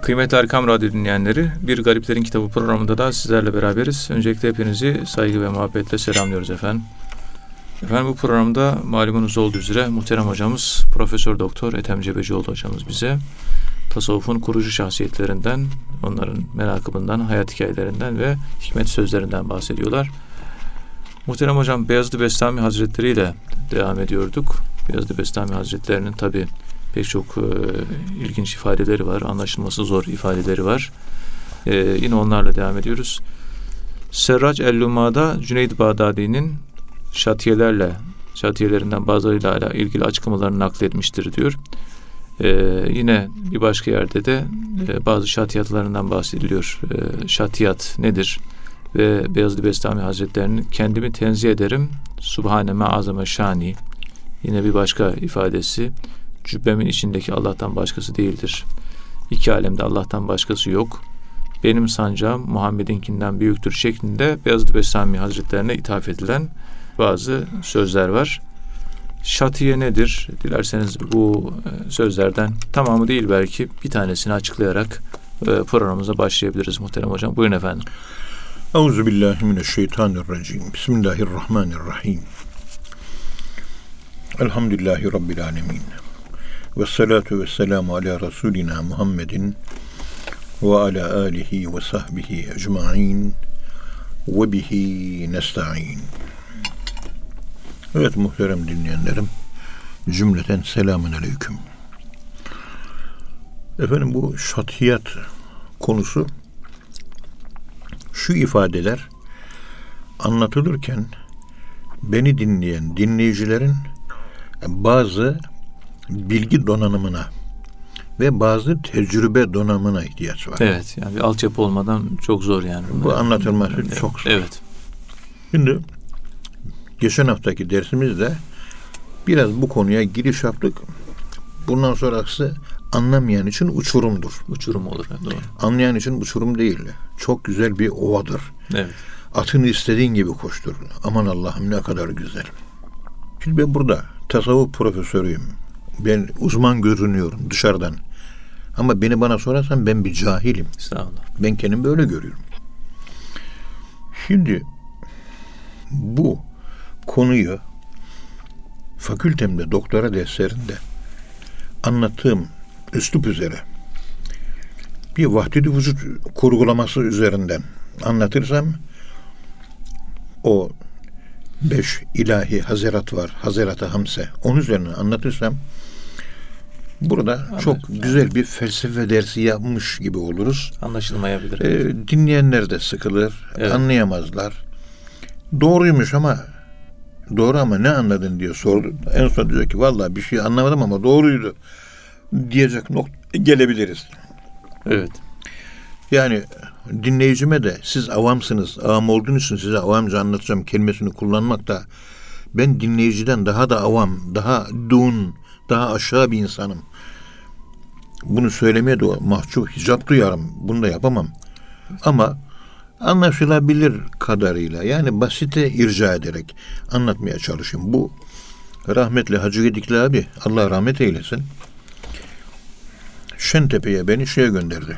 Kıymetli Erkam Radyo dinleyenleri, Bir Gariplerin Kitabı programında da sizlerle beraberiz. Öncelikle hepinizi saygı ve muhabbetle selamlıyoruz efendim. Efendim bu programda malumunuz olduğu üzere muhterem hocamız Profesör Doktor Ethem Cebecioğlu hocamız bize tasavvufun kurucu şahsiyetlerinden, onların menakıbından, hayat hikayelerinden ve hikmet sözlerinden bahsediyorlar. Muhterem hocam Beyazıt Bestami Hazretleri ile devam ediyorduk. Beyazıt Bestami Hazretleri'nin tabi pek çok ilginç ifadeleri var, anlaşılması zor ifadeleri var. Yine onlarla devam ediyoruz. Serrac El-Luma'da Cüneyd Bağdadi'nin şatiyelerinden bazılarıyla ilgili açıklamalarını nakletmiştir diyor. Yine bir başka yerde de bazı şatiyatlarından bahsediliyor. Şatiyat nedir? Ve Beyazıt Bestami Hazretleri'nin kendimi tenzih ederim. Subhane me azame şani. Yine bir başka ifadesi. Cübbemin içindeki Allah'tan başkası değildir. İki alemde Allah'tan başkası yok. Benim sancağım Muhammed'inkinden büyüktür şeklinde Beyazıt Bestami Hazretlerine ithaf edilen bazı sözler var. Şatiye nedir? Dilerseniz bu sözlerden tamamı değil belki bir tanesini açıklayarak programımıza başlayabiliriz muhterem hocam. Buyurun efendim. Euzubillahimineşşeytanirracim. Bismillahirrahmanirrahim. Elhamdülillahi Rabbil alemin. Vessalatu vesselamu ala Resulina Muhammedin ve ala alihi ve sahbihi ecma'in ve bihi nesta'in. Evet muhterem dinleyenlerim, cümleten selamun aleyküm. Efendim bu şatiyat konusu, şu ifadeler anlatılırken beni dinleyen dinleyicilerin bazı bilgi donanımına ve bazı tecrübe donanımına ihtiyaç var. Evet, yani bir altyapı olmadan çok zor yani. Bu anlatılması çok zor. Evet. Şimdi geçen haftaki dersimizde biraz bu konuya giriş yaptık. Bundan sonrası anlamayan için uçurumdur. Uçurum olur. Doğru. Anlayan için uçurum değil. Çok güzel bir ovadır. Evet. Atını istediğin gibi koştur. Aman Allah'ım ne kadar güzel. Şimdi ben burada tasavvuf profesörüyüm. Ben uzman görünüyorum dışarıdan. Ama bana sorarsan ben bir cahilim. Estağfurullah. Ben kendimi böyle görüyorum. Şimdi bu konuyu fakültemde doktora derslerinde anlattığım üslup üzere bir vahdet-i vücut kurgulaması üzerinden anlatırsam o 5 ilahi hazarat var. Hazarat-ı Hamse. Onun üzerine anlatırsam burada çok güzel bir felsefe dersi yapmış gibi oluruz. Anlaşılmayabilir. Dinleyenler de sıkılır. Evet. Anlayamazlar. Doğruymuş ama doğru ama ne anladın diyor sordu. En son diyor ki vallahi bir şey anlamadım ama doğruydu diyecek gelebiliriz. Evet. Yani dinleyicime de siz avamsınız, avam olduğunuz için size avamca anlatacağım kelimesini kullanmak da ben dinleyiciden daha da avam, daha dun, daha aşağı bir insanım. Bunu söylemeye de mahcup, hicap duyarım. Bunu da yapamam. Ama anlaşılabilir kadarıyla yani basite irca ederek anlatmaya çalışayım. Bu rahmetli Hacı Gedikli abi Allah rahmet eylesin. Şentepe'ye beni gönderdi.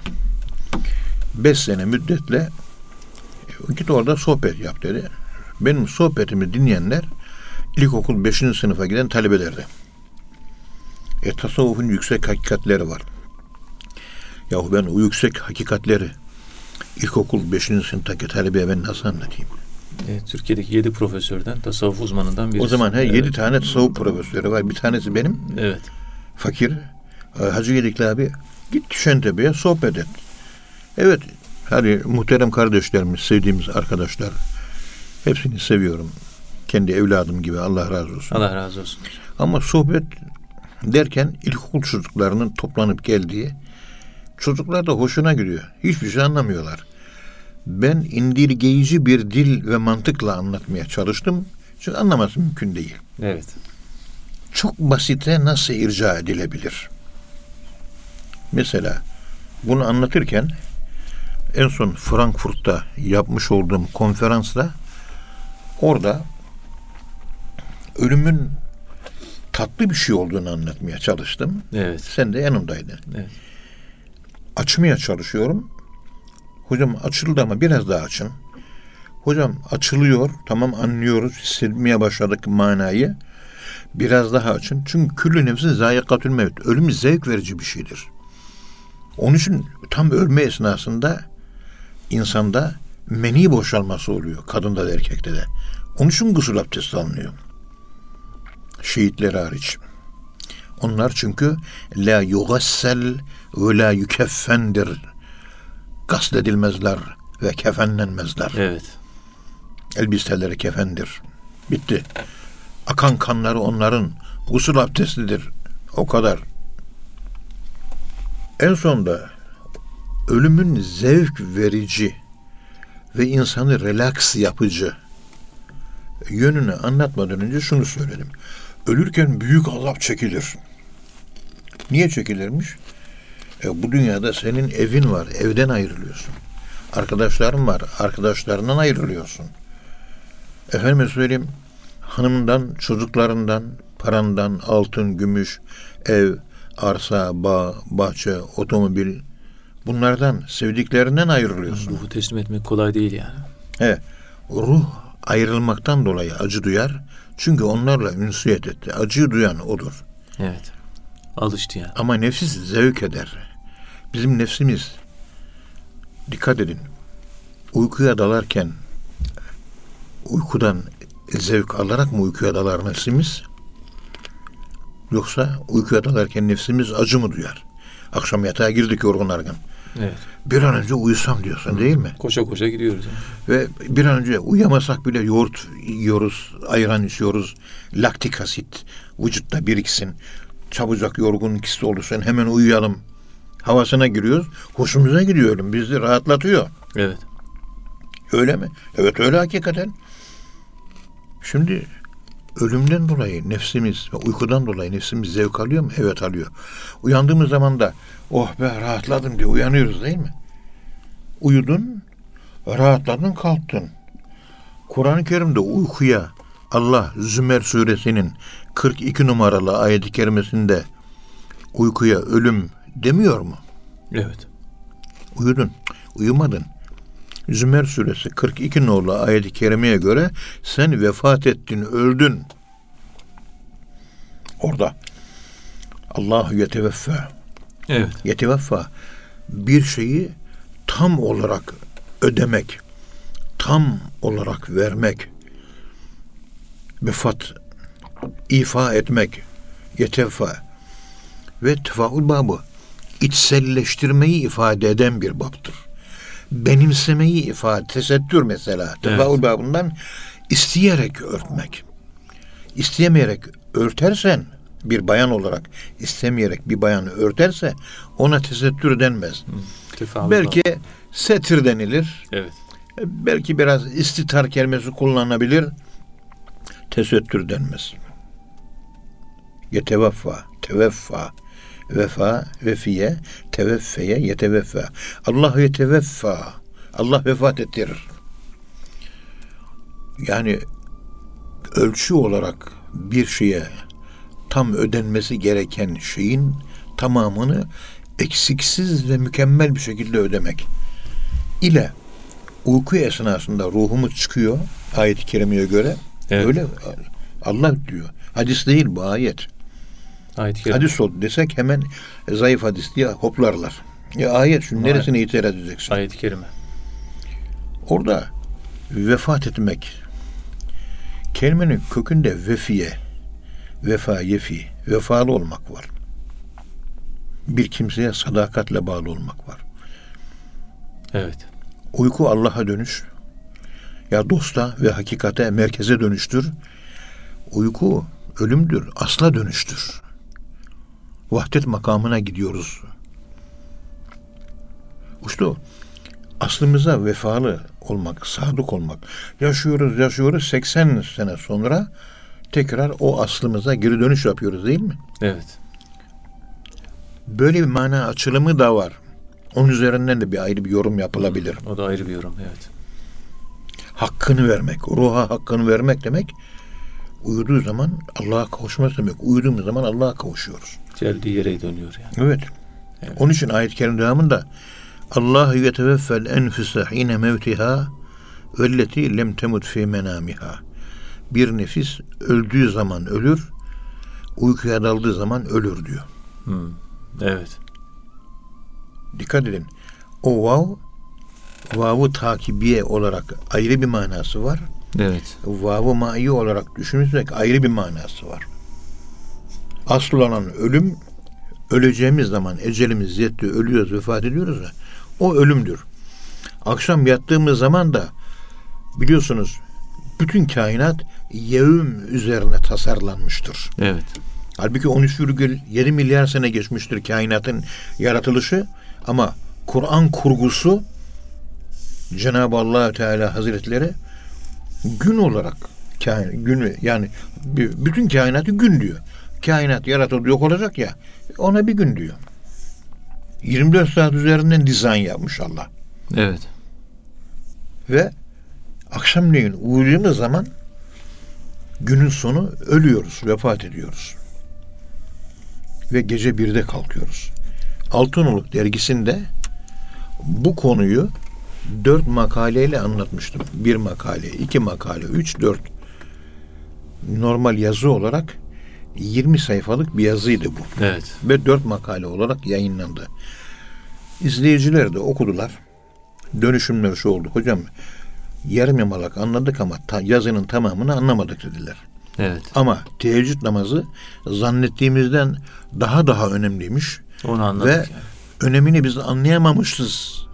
5 sene müddetle git orada sohbet yap dedi. Benim sohbetimi dinleyenler ilkokul 5. sınıfa giden talebelerdi. Tasavvufun yüksek hakikatleri var. Yahu ben o yüksek hakikatleri ilkokul 5. sınıftaki talebeye ben nasıl anlatayım? Türkiye'deki 7 profesörden, tasavvuf uzmanından birisi. O zaman 7 tane tasavvuf profesörü var. Bir tanesi benim. Evet. Fakir. Hacı Gedikli abi git Şentepe'ye sohbet et. Evet. Hadi muhterem kardeşlerimiz, sevdiğimiz arkadaşlar. Hepsini seviyorum. Kendi evladım gibi Allah razı olsun. Allah razı olsun. Ama sohbet derken ilkokul çocuklarının toplanıp geldiği çocuklar da hoşuna gidiyor. Hiçbir şey anlamıyorlar. Ben indirgeyici bir dil ve mantıkla anlatmaya çalıştım. Çünkü anlaması mümkün değil. Evet. Çok basite nasıl irca edilebilir? Mesela bunu anlatırken en son Frankfurt'ta yapmış olduğum konferansla orada ölümün tatlı bir şey olduğunu anlatmaya çalıştım. Evet. Sen de yanımdaydın. Evet. Açmaya çalışıyorum. Hocam açıldı ama biraz daha açın. Hocam açılıyor. Tamam, anlıyoruz. Hissetmeye başladık manayı. Biraz daha açın. Çünkü küllü nefsin zâikatül mevt. Ölüm zevk verici bir şeydir. Onun için tam ölme esnasında insanda meni boşalması oluyor. Kadında da erkekte de. Onun için gusül abdesti alınıyor. Şehitler hariç. Onlar çünkü la yugassel ve la yukeffendir. Gasledilmezler ve kefenlenmezler. Evet. Elbiseleri kefendir. Bitti. Akan kanları onların gusül abdestidir. O kadar. En sonunda ölümün zevk verici ve insanı relaks yapıcı yönünü anlatmadan önce şunu söyledim. Ölürken büyük azap çekilir. Niye çekilirmiş? Bu dünyada senin evin var, evden ayrılıyorsun. Arkadaşların var, arkadaşlarından ayrılıyorsun. Efendime söyleyeyim, hanımından, çocuklarından, parandan, altın, gümüş, ev, arsa, bağ, bahçe, otomobil, bunlardan, sevdiklerinden ayrılıyorsun. Ruhu teslim etmek kolay değil yani. Evet. Ruh ayrılmaktan dolayı acı duyar. Çünkü onlarla ünsiyet etti. Acıyı duyan odur. Evet. Alıştı yani. Ama nefis zevk eder. Bizim nefsimiz, dikkat edin, uykuya dalarken uykudan zevk alarak mı uykuya dalar nefsimiz? Yoksa uykuya dalarken nefsimiz acı mı duyar? Akşam yatağa girdik yorgun argın. Evet. Bir an önce uyusam diyorsun, değil mi? Koşa koşa gidiyoruz. Yani. Ve bir an önce uyuyamasak bile yoğurt yiyoruz, ayran içiyoruz. Laktik asit vücutta biriksin. Çabucak yorgun ikisi olursun, hemen uyuyalım havasına giriyoruz. Hoşumuza gidiyor ölüm. Bizi rahatlatıyor. Evet. Öyle mi? Evet, öyle hakikaten. Şimdi ölümden dolayı nefsimiz ve uykudan dolayı nefsimiz zevk alıyor mu? Evet, alıyor. Uyandığımız zaman da oh be rahatladım diye uyanıyoruz, değil mi? Uyudun, rahatladın, kalktın. Kur'an-ı Kerim'de uykuya Allah Zümer suresinin 42 numaralı ayet-i kerimesinde uykuya ölüm demiyor mu? Evet. Uyudun, uyumadın. Zümer suresi 42 nolu ayet-i kerimeye göre sen vefat ettin, öldün. Orada Allahu yeteveffa. Evet. Yeteveffa bir şeyi tam olarak ödemek, tam olarak vermek, vefat, ifa etmek, yeteveffa ve tefaül babı içselleştirmeyi ifade eden bir baptır. Benimsemeyi ifade, tesettür mesela. Tefaül babından isteyerek örtmek. İsteyemeyerek örtersen bir bayan olarak, istemeyerek bir bayanı örterse ona tesettür denmez. Belki setir denilir. Evet. Belki biraz istitar kelimesi kullanılabilir. Tesettür denmez. Yeteveffa, teveffa, vefa, vefiye, teveffeye, yeteveffa. Allah yeteveffa. Allah vefat ettirir. Yani ölçü olarak bir şeye tam ödenmesi gereken şeyin tamamını eksiksiz ve mükemmel bir şekilde ödemek ile uyku esnasında ruhumuz çıkıyor ayet-i kerimeye göre. Evet. Öyle Allah diyor. Hadis değil bu, ayet. Hadis oldu desek hemen zayıf hadis diye hoplarlar. Ya ayet şunun neresine itiraz edeceksin? Ayet-i kerime. Orada vefat etmek kelimenin kökünde vefiye, vefa, yefi, vefalı olmak var. Bir kimseye sadakatle bağlı olmak var. Evet. Uyku Allah'a dönüş. Ya dosta ve hakikate, merkeze dönüştür. Uyku ölümdür, asla dönüştür. Vahdet makamına gidiyoruz. İşte o. Aslımıza vefalı olmak, sadık olmak. Yaşıyoruz 80 sene sonra tekrar o aslımıza geri dönüş yapıyoruz, değil mi? Evet. Böyle bir mana açılımı da var. Onun üzerinden de bir ayrı bir yorum yapılabilir. O da ayrı bir yorum, evet. Hakkını vermek, ruha hakkını vermek demek, uyuduğu zaman Allah'a kavuşması demek. Uyuduğumuz zaman Allah'a kavuşuyoruz. Geldiği yere dönüyor yani. Evet. Evet. Onun için ayet-i kerime devamında Allahu yeteveffel enfüse hine mevtiha velleti lem temut fi menamiha. Bir nefis öldüğü zaman ölür, uykuya daldığı zaman ölür diyor. Evet. Dikkat edin. O vav-ı takibiye olarak ayrı bir manası var. Evet. Vav-ı ma'iyye olarak düşünürsek ayrı bir manası var. Asıl olan ölüm, öleceğimiz zaman ecelimiz yetti, ölüyoruz, vefat ediyoruz ya, o ölümdür. Akşam yattığımız zaman da biliyorsunuz bütün kainat yevm üzerine tasarlanmıştır. Evet. Halbuki 13,7 milyar sene geçmiştir kainatın yaratılışı, ama Kur'an kurgusu Cenab-ı Allah Teala Hazretleri gün olarak günü, yani bütün kainatı gün diyor. Kainat yaratıldı, yok olacak ya, ona bir gün diyor. 24 saat üzerinden dizayn yapmış Allah. Evet. Ve akşamleyin uyuduğumuz zaman günün sonu ölüyoruz, vefat ediyoruz. Ve gece 1'de kalkıyoruz. Altınoluk dergisinde bu konuyu 4 makaleyle anlatmıştım. 1 makale, 2 makale, 3, 4. Normal yazı olarak 20 sayfalık bir yazıydı bu. Evet. Ve 4 makale olarak yayınlandı. İzleyiciler de okudular. Dönüşümler şu oldu. Hocam yarım yamalak anladık ama yazının tamamını anlamadık dediler. Evet. Ama teheccüd namazı zannettiğimizden daha önemliymiş. Onu anladık. Ve yani. önemini biz anlayamamışız.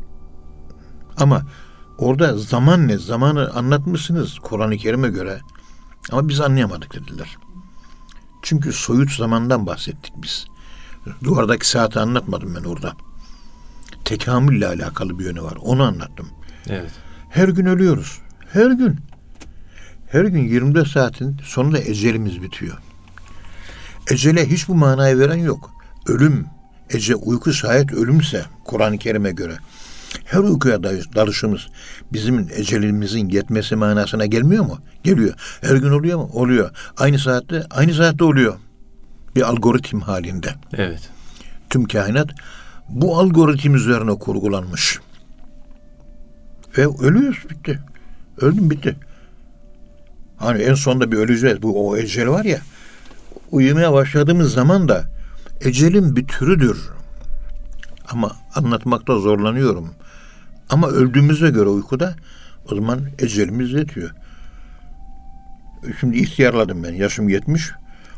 Ama orada zaman ne? Zamanı anlatmışsınız Kur'an-ı Kerim'e göre. Ama biz anlayamadık dediler. Çünkü soyut zamandan bahsettik biz. Duvardaki saati anlatmadım ben orada. Tekamülle alakalı bir yönü var. Onu anlattım. Evet. Her gün ölüyoruz. Her gün. Her gün 24 saatin sonunda ecelimiz bitiyor. Ecele hiç bu manayı veren yok. Ölüm, uyku şayet ölümse Kur'an-ı Kerim'e göre her uykuya dalışımız bizim ecelimizin yetmesi manasına gelmiyor mu? Geliyor. Her gün oluyor mu? Oluyor. Aynı saatte oluyor. Bir algoritm halinde. Evet. Tüm kainat bu algoritm üzerine kurgulanmış. Ve ölüyoruz, bitti. Öldüm, bitti. Hani en sonunda bir öleceğiz. O ecel var ya, uyumaya başladığımız zaman da ecelin bir türüdür. Ama anlatmakta zorlanıyorum. Ama öldüğümüze göre uykuda o zaman ecelimiz yetiyor. Şimdi ihtiyarladım ben. Yaşım 70.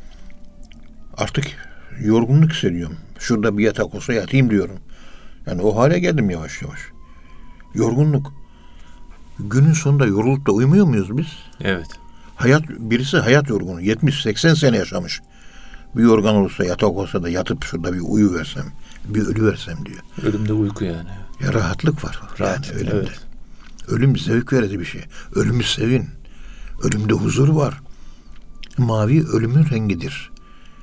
Artık yorgunluk hissediyorum. Şurada bir yatak olsa yatayım diyorum. Yani o hale geldim yavaş yavaş. Yorgunluk. Günün sonunda yorulup da uyumuyor muyuz biz? Evet. Birisi hayat yorgunu. 70-80 sene yaşamış. Bir yorgan olursa, yatak olsa da yatıp şurada bir uyu versem, bir ölü versem diyor. Ölümde uyku yani. Ya rahatlık var. Rahat, yani ölümde. evet. Ölüm zevk verici bir şey. Ölümü sevin. Ölümde huzur var. Mavi ölümün rengidir.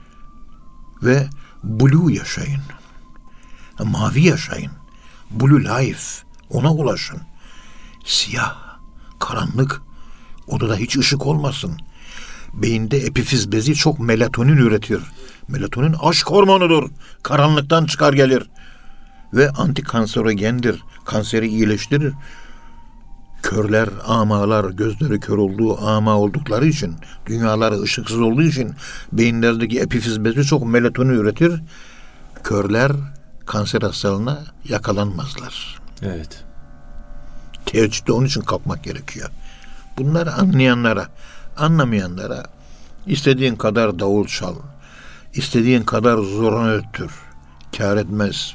Ve blue yaşayın. Mavi yaşayın. Blue life. Ona ulaşın. Siyah, karanlık, odada hiç ışık olmasın. Beyinde epifiz bezi çok melatonin üretiyor. Melatonin aşk hormonudur. Karanlıktan çıkar gelir. Ve antikanserogendir. Kanseri iyileştirir. Körler, amalar, gözleri kör olduğu, ama oldukları için, dünyaları ışıksız olduğu için beyinlerdeki epifiz bezi çok melatonin üretir. Körler kanser hastalığına yakalanmazlar. Evet. Teheccüde onun için kalkmak gerekiyor. Bunları anlayanlara, anlamayanlara istediğin kadar davul çal, istediğin kadar zorunu öttür, kâr etmez.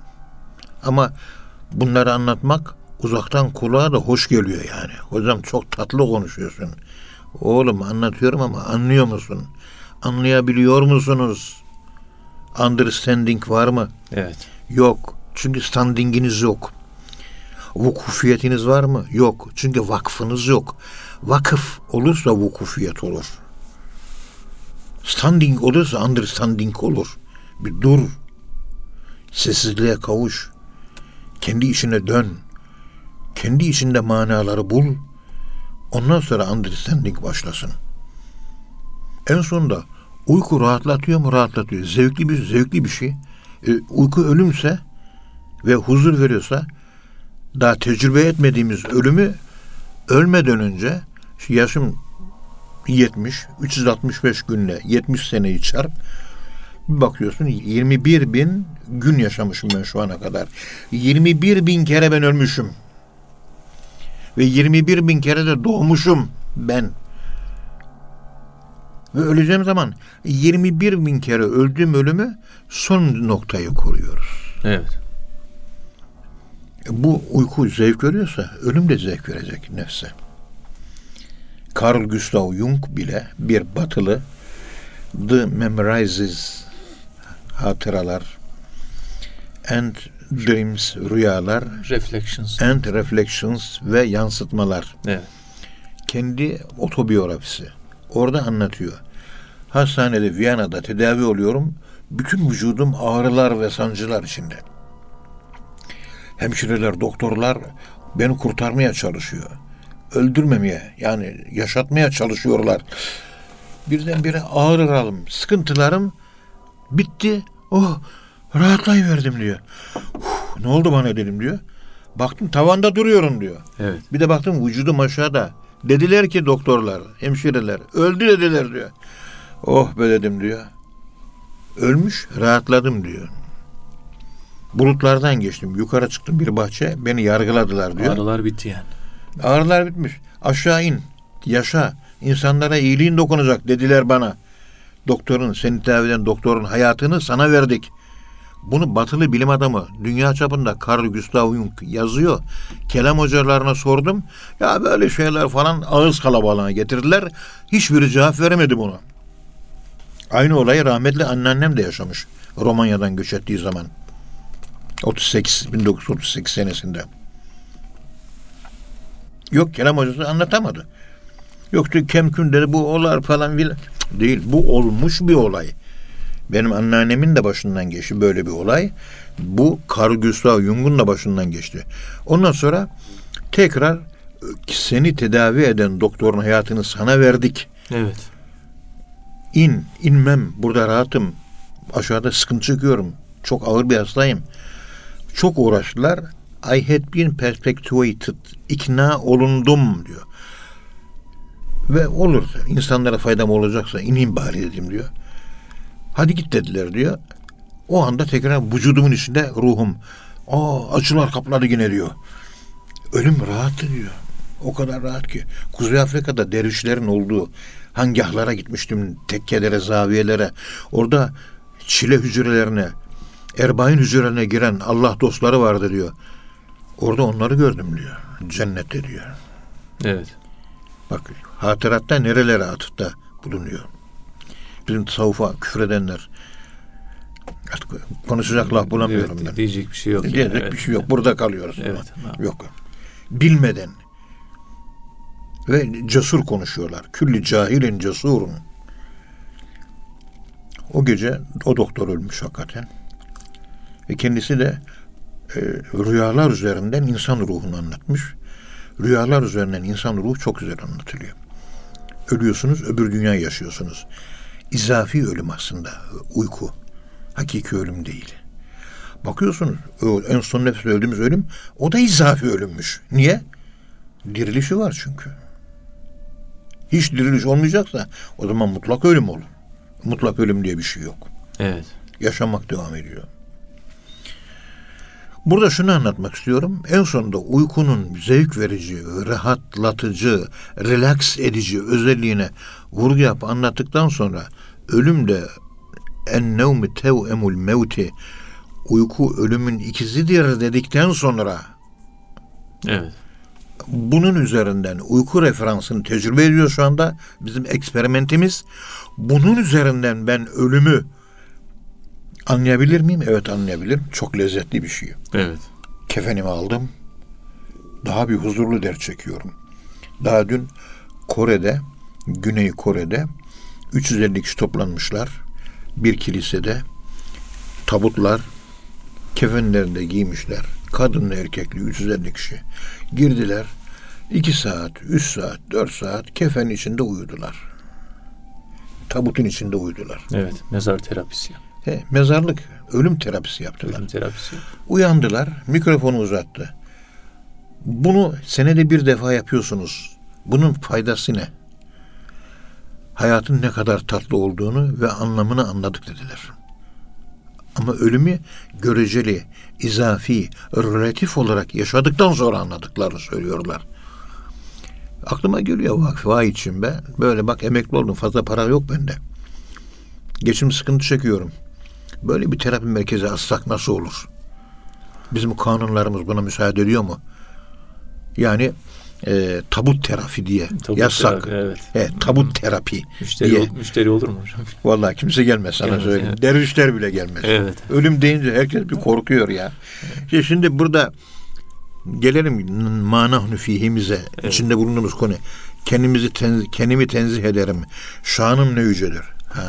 Ama bunları anlatmak uzaktan kulağa da hoş geliyor yani. Hocam çok tatlı konuşuyorsun. Oğlum anlatıyorum ama anlıyor musun? Anlayabiliyor musunuz? Understanding var mı? Evet. Yok. Çünkü standinginiz yok. Vukufiyetiniz var mı? Yok. Çünkü vakfınız yok. Vakıf olursa vukufiyet olur. Standing olursa understanding olur. Bir dur. Sessizliğe kavuş. Kendi işine dön. Kendi içinde manaları bul. Ondan sonra understanding başlasın. En sonunda uyku rahatlatıyor mu? Rahatlatıyor. Zevkli bir şey. Uyku ölümse ve huzur veriyorsa, daha tecrübe etmediğimiz ölümü ölmeden önce, yaşım 70, 365 günle 70 seneyi çarp, bir bakıyorsun 21 bin gün yaşamışım ben şu ana kadar. 21 bin kere ben ölmüşüm. Ve 21 bin kere de doğmuşum ben. Ve öleceğim zaman 21 bin kere öldüğüm ölümü son noktayı koruyoruz. Evet. Bu uyku zevk veriyorsa ölüm de zevk verecek nefse. Carl Gustav Jung bile, bir batılı, The Memorizes, hatıralar, and Dreams, rüyalar, and Reflections ve yansıtmalar. Evet. Kendi otobiyografisi. Orada anlatıyor. Hastanede, Viyana'da tedavi oluyorum. Bütün vücudum ağrılar ve sancılar içinde. Hemşireler, doktorlar beni kurtarmaya çalışıyor. Öldürmemeye, yani yaşatmaya çalışıyorlar. Birdenbire ağrılarım, sıkıntılarım bitti. Oh, rahatlayıverdim diyor. Ne oldu bana dedim diyor. Baktım tavanda duruyorum diyor. Evet. Bir de baktım vücudum aşağıda. Dediler ki doktorlar, hemşireler, öldü dediler diyor. Oh be dedim diyor. Ölmüş, rahatladım diyor. Bulutlardan geçtim, yukarı çıktım bir bahçe, beni yargıladılar diyor. Ağrılar bitti yani. Ağrılar bitmiş. Aşağı in, yaşa, insanlara iyiliğin dokunacak dediler bana. Doktorun, seni tedavi eden doktorun hayatını sana verdik. Bunu batılı bilim adamı, dünya çapında Carl Gustav Jung yazıyor. Kelam hocalarına sordum. Ya böyle şeyler falan ağız kalabalığına getirdiler. Hiçbiri cevap veremedi buna. Aynı olayı rahmetli anneannem de yaşamış. Romanya'dan göç ettiği zaman. 1938 senesinde. Yok, kelam hocası anlatamadı. Yoktu kemküm dedi, bu olar falan filan. Değil, bu olmuş bir olay. Benim anneannemin de başından geçti böyle bir olay. Bu Carl Gustav Jung'un da başından geçti. Ondan sonra tekrar seni tedavi eden doktorun hayatını sana verdik. Evet. İnmem, burada rahatım. Aşağıda sıkıntı çekiyorum. Çok ağır bir hastayım. Çok uğraştılar. I had been perpetuated. İkna olundum diyor. Ve olur, insanlara faydam olacaksa ineyim bari dedim diyor. Hadi git dediler diyor. O anda tekrar vücudumun içinde ruhum. Acılar kapladı yine diyor. Ölüm rahattı diyor. O kadar rahat ki. Kuzey Afrika'da dervişlerin olduğu hangahlara gitmiştim. Tekkelere, zaviyelere. Orada çile hücrelerine, erbain hücrelerine giren Allah dostları vardı diyor. Orada onları gördüm diyor. Cennette diyor. Evet. Bak, hatıratta nerelere atıfta bulunuyor. Bizim tasavvufa küfredenler, artık konuşacak laf bulamıyorum ben. Diyecek bir şey yok. Diyecek bir şey yok. Burada kalıyoruz. Evet. Yok. Bilmeden ve cesur konuşuyorlar. Külli cahilin cesurun. O gece o doktor ölmüş hakikaten. Ve kendisi de rüyalar üzerinden insan ruhunu anlatmış. Rüyalar üzerinden insan ruhu çok güzel anlatılıyor. Ölüyorsunuz, öbür dünya yaşıyorsunuz. İzafi ölüm aslında uyku. Hakiki ölüm değil. Bakıyorsunuz en son nefes öldüğümüz ölüm, o da izafi ölümmüş. Niye? Dirilişi var çünkü. Hiç diriliş olmayacaksa o zaman mutlak ölüm olur. Mutlak ölüm diye bir şey yok. Evet. Yaşamak devam ediyor. Burada şunu anlatmak istiyorum. En sonunda uykunun zevk verici, rahatlatıcı, relax edici özelliğine vurgu yap anlattıktan sonra ölüm de en-nevmi tev'emul mevti, uyku ölümün ikizidir dedikten sonra evet, bunun üzerinden uyku referansını tecrübe ediyor şu anda bizim eksperimentimiz. Bunun üzerinden ben ölümü anlayabilir miyim? Evet, anlayabilirim. Çok lezzetli bir şey. evet. Kefenimi aldım. Daha bir huzurlu ders çekiyorum. Daha dün Kore'de, Güney Kore'de 350 kişi toplanmışlar. Bir kilisede tabutlar, kefenlerinde giymişler. Kadınlı erkekli 350 kişi. Girdiler. 2 saat, 3 saat, 4 saat kefenin içinde uyudular. Tabutun içinde uyudular. Evet, mezar terapisi. Mezarlık, ölüm terapisi yaptılar. Ölüm terapisi. Uyandılar, mikrofonu uzattı. Bunu senede bir defa yapıyorsunuz. Bunun faydası ne? Hayatın ne kadar tatlı olduğunu ve anlamını anladık dediler. Ama ölümü göreceli, izafi, relatif olarak yaşadıktan sonra anladıklarını söylüyorlar. Aklıma geliyor vay için be. Böyle bak emekli oldum, fazla para yok bende. Geçim sıkıntı çekiyorum. Böyle bir terapi merkezi açsak nasıl olur? Bizim kanunlarımız buna müsaade ediyor mu? Yani tabut terapi diye yazsak. Terapi, evet. Tabut terapi diye. Müşteri olur mu hocam? Vallahi kimse gelmez sana söyleyeyim. Evet. Dervişler bile gelmez. Evet. Ölüm deyince herkes bir korkuyor ya. Evet. Şimdi burada gelelim manahnu fihimize, evet. İçinde bulunduğumuz konu. Kendimi tenzih ederim. Şanım ne yücedir.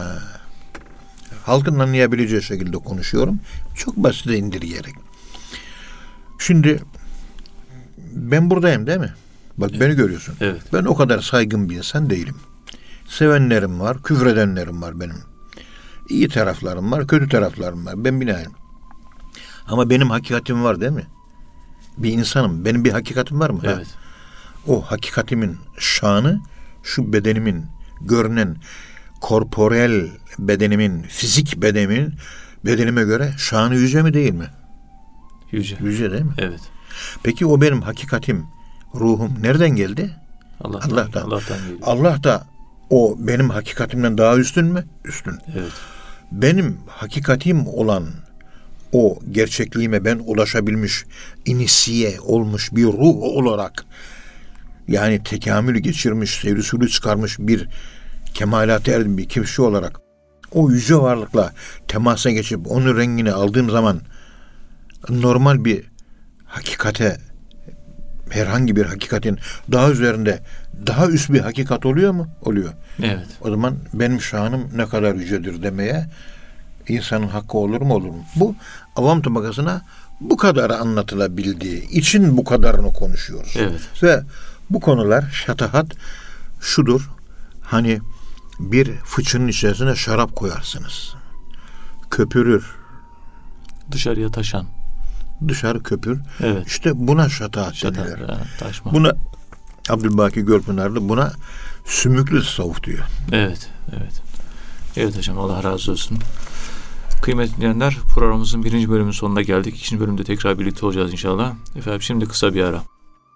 Halkın anlayabileceği şekilde konuşuyorum. Çok basite indirgeyerek. Şimdi ben buradayım değil mi? Bak evet. Beni görüyorsun. Evet. Ben o kadar saygın bir insan değilim. Sevenlerim var, küfredenlerim var benim. İyi taraflarım var, kötü taraflarım var. Ben binayım. Ama benim hakikatim var değil mi? Bir insanım. Benim bir hakikatim var mı? Evet. O hakikatimin şanı şu bedenimin görünen korporel bedenimin, fizik bedenime göre şanı yüce mi değil mi? Yüce. Yüce değil mi? Evet. Peki o benim hakikatim, ruhum nereden geldi? Allah'tan geliyor. Allah da o benim hakikatimden daha üstün mü? Üstün. Evet. Benim hakikatim olan o gerçekliğime ben ulaşabilmiş, inisiye olmuş bir ruh olarak, yani tekamülü geçirmiş, sevrisülü çıkarmış bir kemalat-ı erdim bir kimse olarak o yüce varlıkla temasa geçip onun rengini aldığım zaman normal bir hakikate, herhangi bir hakikatin daha üzerinde daha üst bir hakikat oluyor mu? Oluyor. Evet. O zaman benim şanım ne kadar yücedir demeye insanın hakkı olur mu? Olur mu? Bu avam tabakasına bu kadar anlatılabildiği için bu kadarını konuşuyoruz. Evet. Ve bu konular şatahat şudur. Hani bir fıçının içerisine şarap koyarsınız. Köpürür. Dışarıya taşan. Dışarı köpür. Evet. İşte buna şatahat denilir. Taşma. Buna Abdülbaki Gölpınarlı buna sümüklü tasavvuf diyor. Evet. Evet hocam, Allah razı olsun. Kıymetli dinleyenler, programımızın 1. bölümünün sonuna geldik. 2. bölümde tekrar birlikte olacağız inşallah. Efendim şimdi kısa bir ara.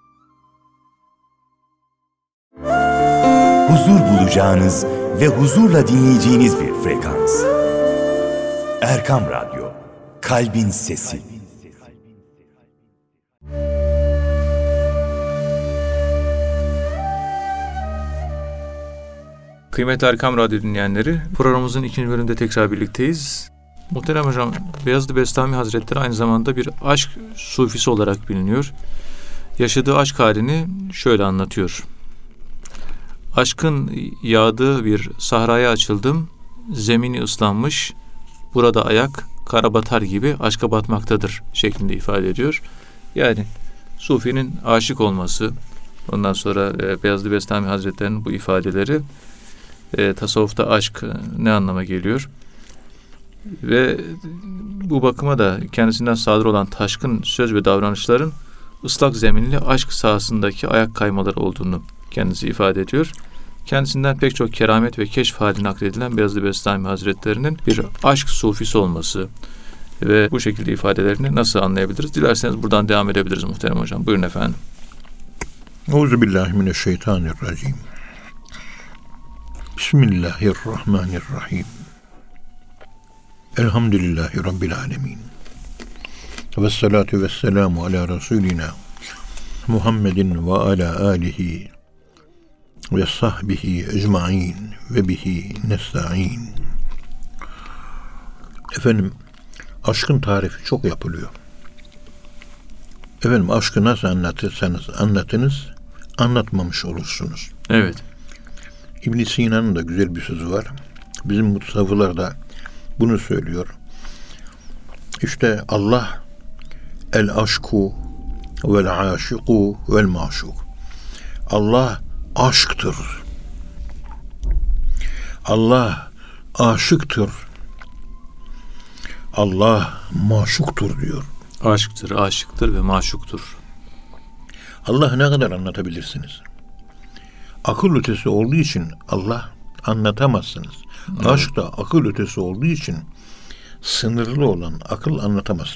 Huzur bulacağınız ve huzurla dinleyeceğiniz bir frekans. Erkam Radyo, Kalbin Sesi. Kıymetli Erkam Radyo dinleyenleri, programımızın 2. bölümünde tekrar birlikteyiz. Muhterem hocam, Beyazıt Bestami Hazretleri aynı zamanda bir aşk sufisi olarak biliniyor. Yaşadığı aşk halini şöyle anlatıyor. Aşkın yağdığı bir sahraya açıldım, zemini ıslanmış, burada ayak kara batar gibi aşka batmaktadır şeklinde ifade ediyor. Yani Sufi'nin aşık olması, ondan sonra Beyazıt Bestami Hazretleri'nin bu ifadeleri, tasavvufta aşk ne anlama geliyor? Ve bu bakıma da kendisinden sadır olan taşkın söz ve davranışların ıslak zeminli aşk sahasındaki ayak kaymaları olduğunu kendisi ifade ediyor. Kendisinden pek çok keramet ve keşf hali nakledilen Beyazıt Bestami Hazretleri'nin bir aşk sufisi olması ve bu şekilde ifadelerini nasıl anlayabiliriz? Dilerseniz buradan devam edebiliriz muhterem hocam. Buyurun efendim. Euzubillahimineşşeytanirracim. Bismillahirrahmanirrahim. Elhamdülillahi Rabbil alemin. Vessalatu vesselamu ala Resulina Muhammedin ve ala alihi ve sahbihi ecmain ve bihi nesta'in. Efendim, aşkın tarifi çok yapılıyor. Efendim, aşkı nasıl anlatırsanız anlatınız, anlatmamış olursunuz. Evet. İbn Sina'nın da güzel bir sözü var. Bizim mutasavvıflar da bunu söylüyor. İşte Allah el aşku vel aşiku vel maşuk. Allah aşktır. Allah aşıktır. Allah maşuktur diyor. Aşktır, aşıktır ve maşuktur. Allah ne kadar anlatabilirsiniz? Akıl ötesi olduğu için Allah anlatamazsınız. Evet. Aşk da akıl ötesi olduğu için sınırlı olan akıl anlatamaz.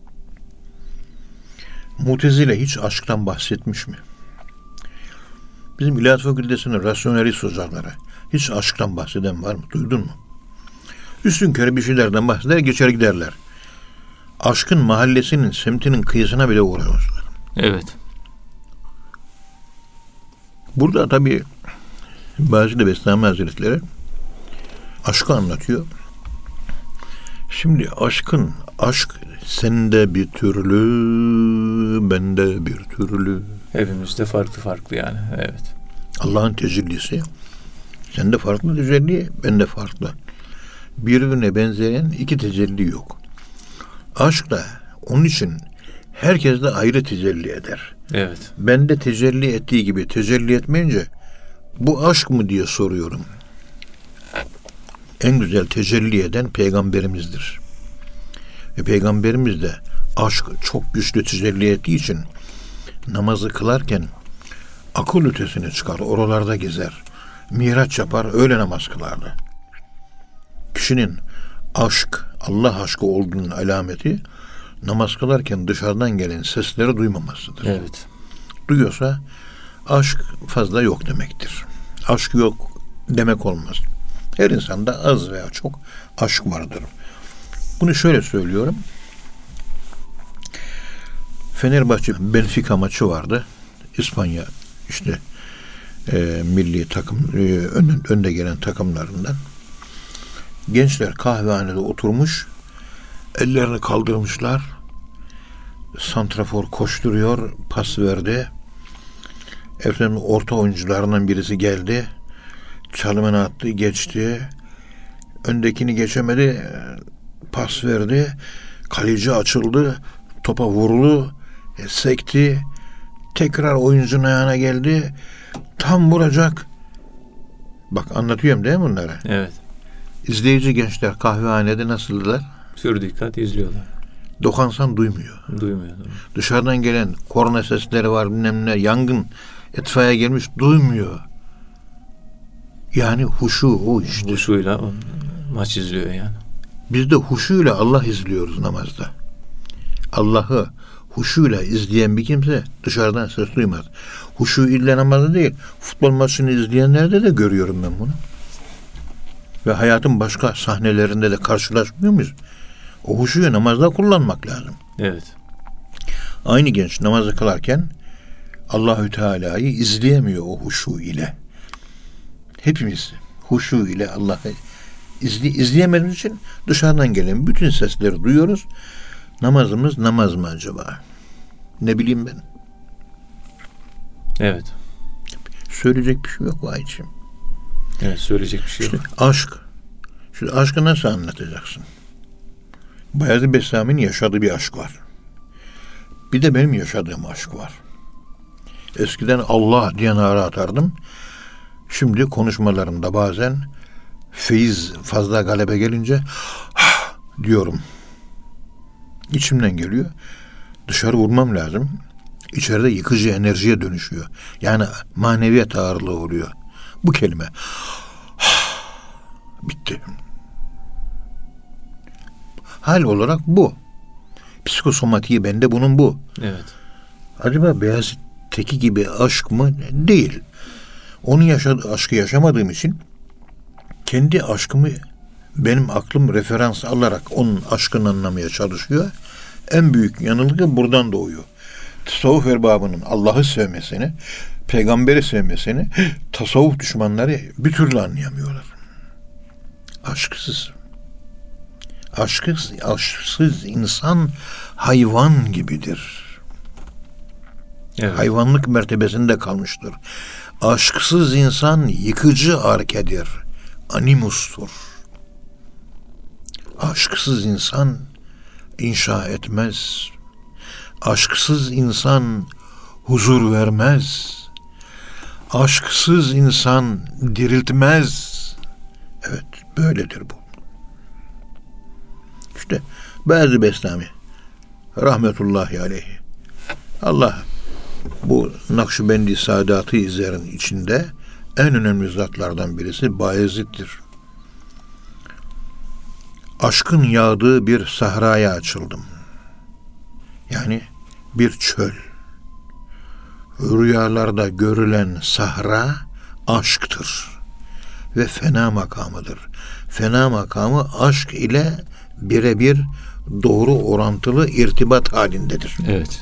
Mutezile hiç aşktan bahsetmiş mi? Bizim İlahiyat Fakültesi'nin rasyonelist hocaları hiç aşktan bahseden var mı? Duydun mu? Üstünkörü bir şeylerden bahseder, geçer giderler. Aşkın mahallesinin, semtinin kıyısına bile uğramazlar. Evet. Burada tabii Bacı Bestami Hazretleri aşkı anlatıyor. Şimdi aşk sende bir türlü, bende bir türlü. Hepimizde farklı farklı yani. Evet. Allah'ın tecellisi. Sende farklı tecelli, bende farklı. Birbirine benzeyen iki tecelli yok. Aşk da onun için herkes de ayrı tecelli eder. Evet. Bende tecelli ettiği gibi tecelli etmeyince bu aşk mı diye soruyorum. En güzel tecelli eden peygamberimizdir. Ve peygamberimiz de aşk çok güçlü tecelli ettiği için namazı kılarken akıl ötesine çıkar, oralarda gezer. Miraç yapar, öyle namaz kılardı. Kişinin aşk, Allah aşkı olduğunun alameti namaz kılarken dışarıdan gelen sesleri duymamasıdır. Evet. Duyuyorsa aşk fazla yok demektir. Aşk yok demek olmaz. Her insanda az veya çok aşk vardır. Bunu şöyle söylüyorum. Fenerbahçe Benfica maçı vardı. İspanya işte milli takım önde gelen takımlarından. Gençler kahvehanede oturmuş, ellerini kaldırmışlar. Santrafor koşturuyor, pas verdi. Efendim orta oyuncularından birisi geldi. Çalımını attı, geçti. Öndekini geçemedi. Pas verdi. Kaleci açıldı. Topa vurdu. Sekti. Tekrar oyuncunun ayağına geldi. Tam vuracak. Bak anlatıyorum değil mi bunları? Evet. İzleyici gençler kahvehanede nasıldılar? Pür dikkat izliyorlar. Dokansan duymuyor. Duymuyor. Dışarıdan gelen korna sesleri var, bilmem ne, yangın, itfaiye gelmiş, duymuyor. Yani huşu o işte. Huşuyla maç izliyor yani. Biz de huşuyla Allah izliyoruz namazda. Allah'ı huşuyla izleyen bir kimse dışarıdan ses duymaz. Huşu illa namazda değil, futbol maçını izleyenlerde de görüyorum ben bunu. Ve hayatın başka sahnelerinde de karşılaşmıyor muyuz? O huşuyu namazda kullanmak lazım. Evet. Aynı genç namazı kılarken Allahü Teala'yı izleyemiyor o huşu ile. Hepimiz huşu ile Allah'ı izleyemediğimiz için dışarıdan gelen bütün sesleri duyuyoruz. Namazımız namaz mı acaba? Ne bileyim ben. Evet. Söyleyecek bir şey yok vahiyciğim. Evet, söyleyecek bir şey yok. İşte aşk. Şimdi aşkı nasıl anlatacaksın? Bayezid Bestami'nin yaşadığı bir aşk var. Bir de benim yaşadığım aşk var. Eskiden Allah diye nara atardım. Şimdi konuşmalarımda bazen feyiz fazla galebe gelince diyorum. İçimden geliyor. Dışarı vurmam lazım. İçeride yıkıcı enerjiye dönüşüyor. Yani maneviyat ağırlığı oluyor. Bu kelime. Bitti. Hal olarak bu. Psikosomatiği bende bunun bu. Evet. Acaba Beyazıt'taki gibi aşk mı? Değil. Onun aşkı yaşamadığım için kendi aşkımı benim aklım referans alarak onun aşkını anlamaya çalışıyor. En büyük yanılgı buradan doğuyor. Tasavvuf erbabının Allah'ı sevmesini, peygamberi sevmesini tasavvuf düşmanları bir türlü anlayamıyorlar. Aşksız insan hayvan gibidir. Evet. Hayvanlık mertebesinde kalmıştır. Aşksız insan yıkıcı arkedir. Animustur. Aşksız insan inşa etmez. Aşksız insan huzur vermez. Aşksız insan diriltmez. Evet, böyledir bu. İşte Beyazıt Bestami rahmetullahi aleyhi. Allah bu Nakşibendi Sadat-ı İzler'in içinde en önemli zatlardan birisi Bayezid'dir. Aşkın yağdığı bir sahraya açıldım. Yani bir çöl. Rüyalarda görülen sahra aşktır ve fena makamıdır. Fena makamı aşk ile birebir doğru orantılı irtibat halindedir. Evet.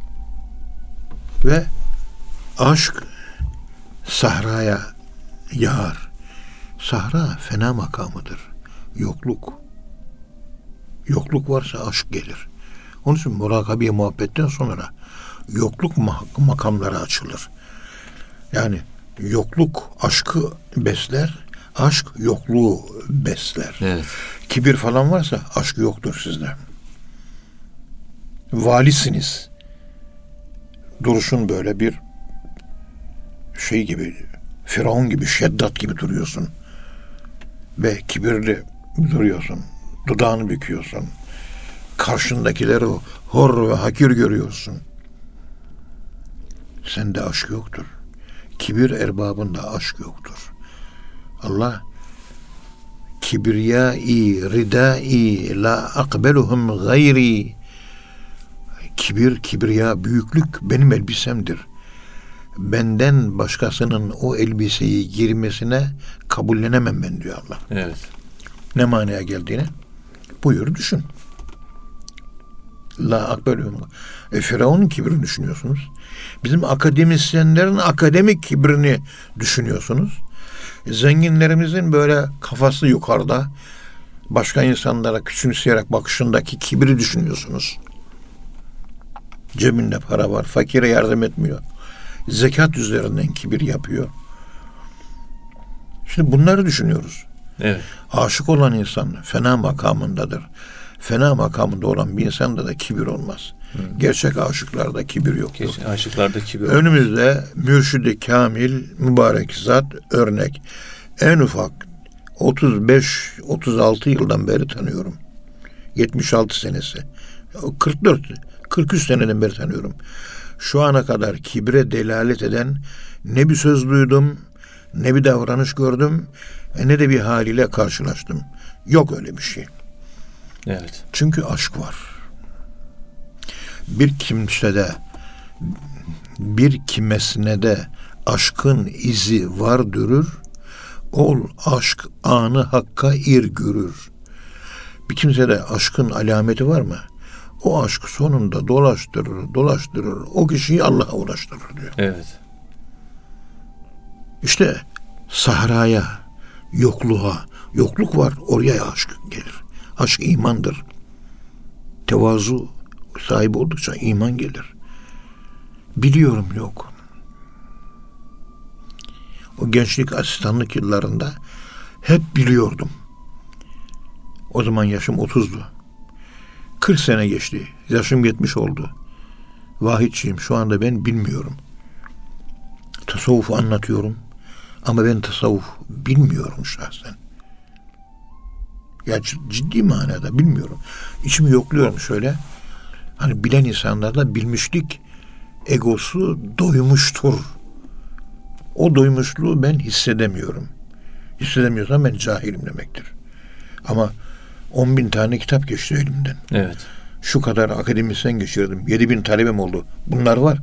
Ve aşk sahraya yağar. Sahra fena makamıdır. Yokluk. Yokluk varsa aşk gelir. Onun için murakabe muhabbetten sonra yokluk makamları açılır. Yani yokluk aşkı besler, aşk yokluğu besler. Evet. Kibir falan varsa aşk yoktur sizde. Valisiniz. Duruşun böyle bir şey gibi, Firavun gibi, Şeddat gibi duruyorsun. Ve kibirli duruyorsun. Dudağını büküyorsun. Karşındakileri hor ve hakir görüyorsun. Sende aşk yoktur. Kibir erbabında aşk yoktur. Allah kibriyai ridai la akbeluhum gayri. Kibir, kibriya, büyüklük benim elbisemdir. Benden başkasının o elbiseyi girmesine kabullenemem ben diyor Allah. Evet. Ne manaya geldiğini buyur düşün. La akbeluhum. Firavun'un kibrini düşünüyorsunuz. Bizim akademisyenlerin akademik kibrini düşünüyorsunuz. Zenginlerimizin böyle kafası yukarıda, başka insanlara küçümseyerek bakışındaki kibri düşünüyorsunuz. Cebinde para var, fakire yardım etmiyor. Zekat üzerinden kibir yapıyor. Şimdi bunları düşünüyoruz. Evet. Aşık olan insan fena makamındadır. Fena makamında olan bir insanda da kibir olmaz. Gerçek aşıklarda kibir yoktur. Aşıklarda kibir. Önümüzde mürşid-i kamil mübarek zat örnek. En ufak 35-36 yıldan beri tanıyorum. 76 senesi. 43 seneden beri tanıyorum. Şu ana kadar kibre delalet eden ne bir söz duydum, ne bir davranış gördüm, ne de bir haliyle karşılaştım. Yok öyle bir şey. Evet. Çünkü aşk var. Bir kimsede, bir kimesnede aşkın izi var dürür, ol aşk anı hakka ir görür. Bir kimsede aşkın alameti var mı? O aşk sonunda dolaştırır. O kişiyi Allah'a ulaştırır diyor. Evet. İşte sahraya, yokluğa, yokluk var, oraya aşk gelir. Aşk imandır. Tevazu sahibi oldukça iman gelir. Biliyorum yok. O gençlik asistanlık yıllarında hep biliyordum. O zaman yaşım 30'du. 40 sene geçti. Yaşım 70 oldu. Vahidçiyim. Şu anda ben bilmiyorum. Tasavvufu anlatıyorum. Ama ben tasavvuf bilmiyorum şahsen. Ya ciddi manada bilmiyorum. İçimi yokluyorum şöyle. Hani bilen insanlarla bilmişlik egosu doymuştur. O doymuşluğu ben hissedemiyorum. Hissedemiyorsam ben cahilim demektir. Ama 10.000 tane kitap geçti elimden. Evet. Şu kadar akademisyen geçirdim. 7.000 talebem oldu. Bunlar var.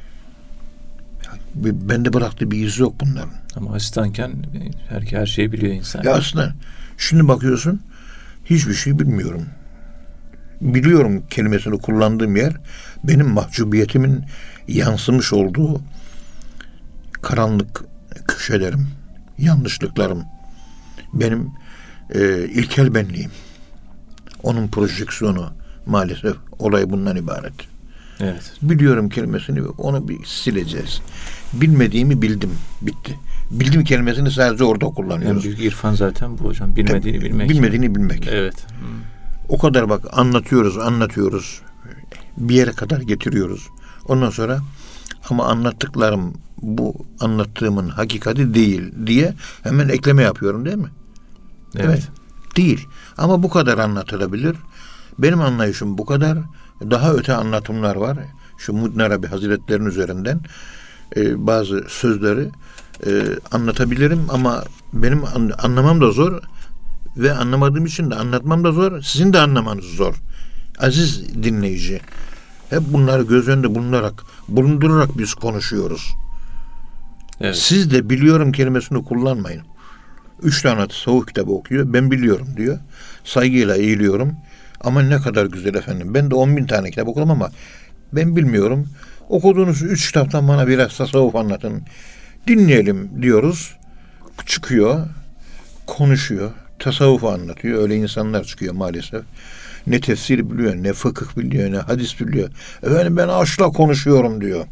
Bende bıraktığı bir iz yok bunların. Ama asistanken her şeyi biliyor insan. Ya aslında şimdi bakıyorsun hiçbir şey bilmiyorum. Biliyorum kelimesini kullandığım yer benim mahcubiyetimin yansımış olduğu karanlık köşelerim, yanlışlıklarım, benim ilkel benliğim. Onun projeksiyonu maalesef olay bundan ibaret. Evet. Biliyorum kelimesini, onu bir sileceğiz. Bilmediğimi bildim, bitti. Bildim kelimesini sadece orada kullanıyoruz. En büyük irfan zaten bu hocam. Bilmediğini bilmek. Bilmediğini bilmek. Evet. O kadar bak anlatıyoruz. Bir yere kadar getiriyoruz. Ondan sonra ama anlattıklarım bu anlattığımın hakikati değil diye hemen ekleme yapıyorum değil mi? Evet. Değil. Ama bu kadar anlatılabilir. Benim anlayışım bu kadar. Daha öte anlatımlar var. Şu Muhyiddin Arabi Hazretleri'nin üzerinden bazı sözleri anlatabilirim ama benim anlamam da zor ve anlamadığım için de anlatmam da zor. Sizin de anlamanız zor. Aziz dinleyici. Hep bunları göz önünde bulundurarak biz konuşuyoruz. Evet. Siz de biliyorum kelimesini kullanmayın. 3 tane tasavvuf kitabı okuyor. Ben biliyorum diyor. Saygıyla eğiliyorum. Ama ne kadar güzel efendim. Ben de 10.000 tane kitap okudum ama ben bilmiyorum. Okuduğunuz 3 kitaptan bana biraz tasavvuf anlatın. Dinleyelim diyoruz. Çıkıyor. Konuşuyor. Tasavvufu anlatıyor. Öyle insanlar çıkıyor maalesef. Ne tefsir biliyor, ne fıkıh biliyor, ne hadis biliyor. Efendim ben aşkla konuşuyorum diyor.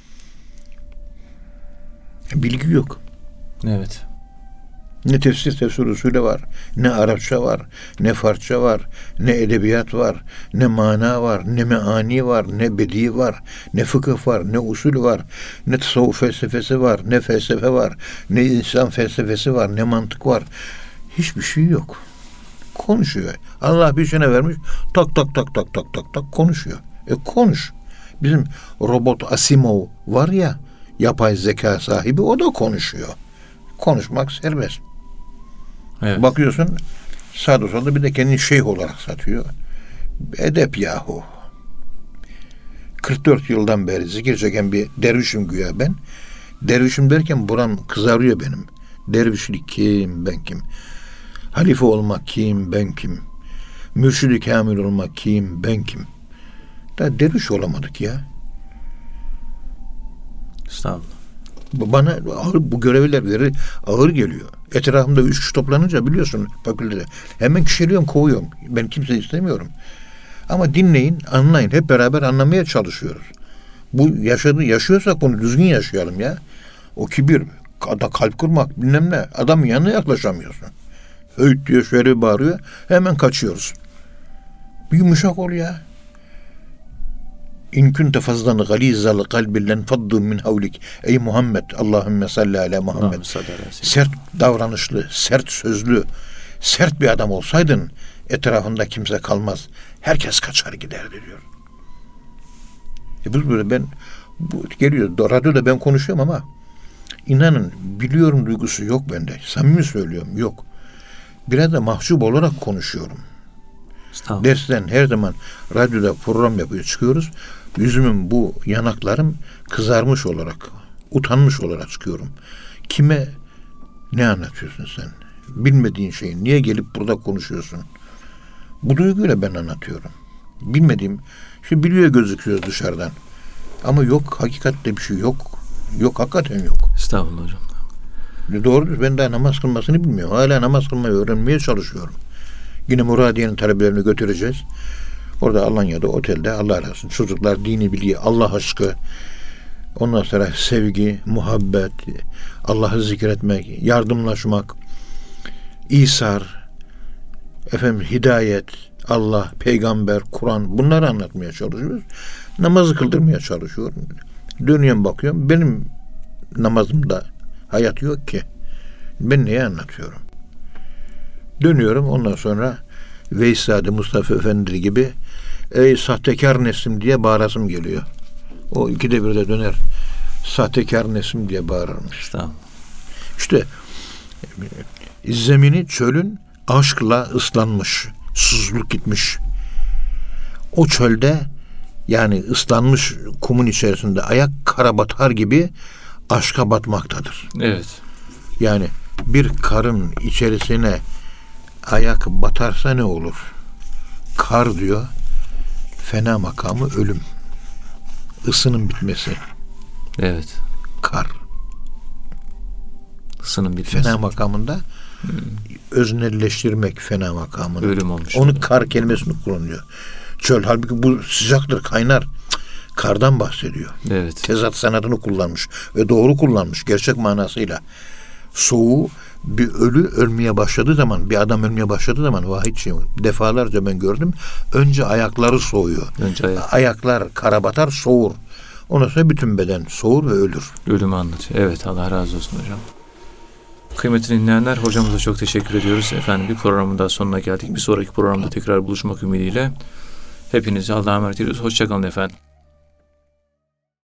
Bilgi yok. Evet. Ne tefsir usulü var, ne Arapça var, ne Farsça var, ne edebiyat var, ne mana var, ne meani var, ne bedi var, ne fıkıh var, ne usul var, ne tasavvuf felsefesi var, ne felsefe var, ne insan felsefesi var, ne mantık var. Hiçbir şey yok. Konuşuyor. Allah bir şeyine vermiş, tak tak tak tak tak tak tak konuşuyor. Konuş. Bizim robot Asimov var ya, yapay zeka sahibi, o da konuşuyor. Konuşmak serbest. Evet. Bakıyorsun sağda solda bir de kendini şeyh olarak satıyor. Edep yahu. 44 yıldan beri zikir çeken bir dervişim güya ben. Dervişim derken buram kızarıyor benim. Dervişlik kim, ben kim? Halife olmak kim, ben kim? Mürşid-i kamil olmak kim, ben kim? Daha derviş olamadık ya. Estağfurullah. Bana bu görevler ağır geliyor. Etrafımda 3 kişi toplanınca biliyorsun fakültede. Hemen kişiliyorum, kovuyorum. Ben kimseyi istemiyorum. Ama dinleyin, anlayın. Hep beraber anlamaya çalışıyoruz. Bu yaşıyorsak bunu düzgün yaşayalım ya. O kibir, kalp kırmak bilmem ne. Adamın yanına yaklaşamıyorsun. Öğüt diyor, şöyle bağırıyor. Hemen kaçıyoruz. Bir yumuşak ol ya. İn kunte fazlan galizal kalbi len faddu min havlik. Ey Muhammed, Allahümme salli ala Muhammed. Sert davranışlı, sert sözlü, sert bir adam olsaydın etrafında kimse kalmaz. Herkes kaçar giderdi diyor. Bu böyle geliyor. Radyoda ben konuşuyorum ama inanın biliyorum duygusu yok bende. Samimi söylüyorum, yok. Biraz da mahcup olarak konuşuyorum. Dersten her zaman radyoda program yapıyor, çıkıyoruz. Yüzümün bu yanaklarım kızarmış olarak, utanmış olarak çıkıyorum. Kime ne anlatıyorsun sen? Bilmediğin şeyi niye gelip burada konuşuyorsun? Bu duyguyla ben anlatıyorum. Bilmediğim, işte biliyor gözüküyor dışarıdan. Ama yok, hakikatte bir şey yok. Yok, hakikaten yok. Estağfurullah hocam. Doğrudur, ben daha namaz kılmasını bilmiyorum. Hala namaz kılmayı öğrenmeye çalışıyorum. Yine Muradiye'nin talebelerini götüreceğiz. Orada Alanya'da otelde, Allah razı olsun, çocuklar dini biliyor, Allah aşkı, ondan sonra sevgi, muhabbet, Allah'ı zikretmek, yardımlaşmak, İsar, hidayet, Allah, peygamber, Kur'an, bunları anlatmaya çalışıyoruz. Namazı kıldırmaya çalışıyorum. Dönüyorum bakıyorum, benim namazımda hayat yok ki. Ben neye anlatıyorum? Dönüyorum, ondan sonra Veysade Mustafa Efendi gibi ey sahtekar neslim diye bağırasım geliyor. O ikide bir de döner sahtekar neslim diye bağırırmış. Tamam. İşte zemini çölün aşkla ıslanmış, susuzluk gitmiş. O çölde yani ıslanmış kumun içerisinde ayak kara batar gibi aşka batmaktadır. Evet. Yani bir karın içerisine ayak batarsa ne olur? Kar diyor, fena makamı ölüm. Isının bitmesi. Evet. Kar. Isının bitmesi. Fena makamında öznelleştirmek fena makamında. Ölüm olmuş. Onu kar kelimesini kullanıyor. Çöl, halbuki bu sıcaktır, kaynar. Kardan bahsediyor. Evet. Tezat sanatını kullanmış ve doğru kullanmış gerçek manasıyla. Soğuğu bir ölmeye başladığı zaman, bir adam ölmeye başladığı zaman vahidciğim defalarca ben gördüm. Önce ayakları soğuyor. Ayaklar kara batar, soğur. Ondan sonra bütün beden soğur ve ölür. Ölümü anlatıyor. Evet, Allah razı olsun hocam. Kıymetli dinleyenler, hocamıza çok teşekkür ediyoruz. Efendim, bir programın daha sonuna geldik. Bir sonraki programda tekrar buluşmak ümidiyle hepinizi Allah'a emanet ediyoruz. Hoşça kalın efendim.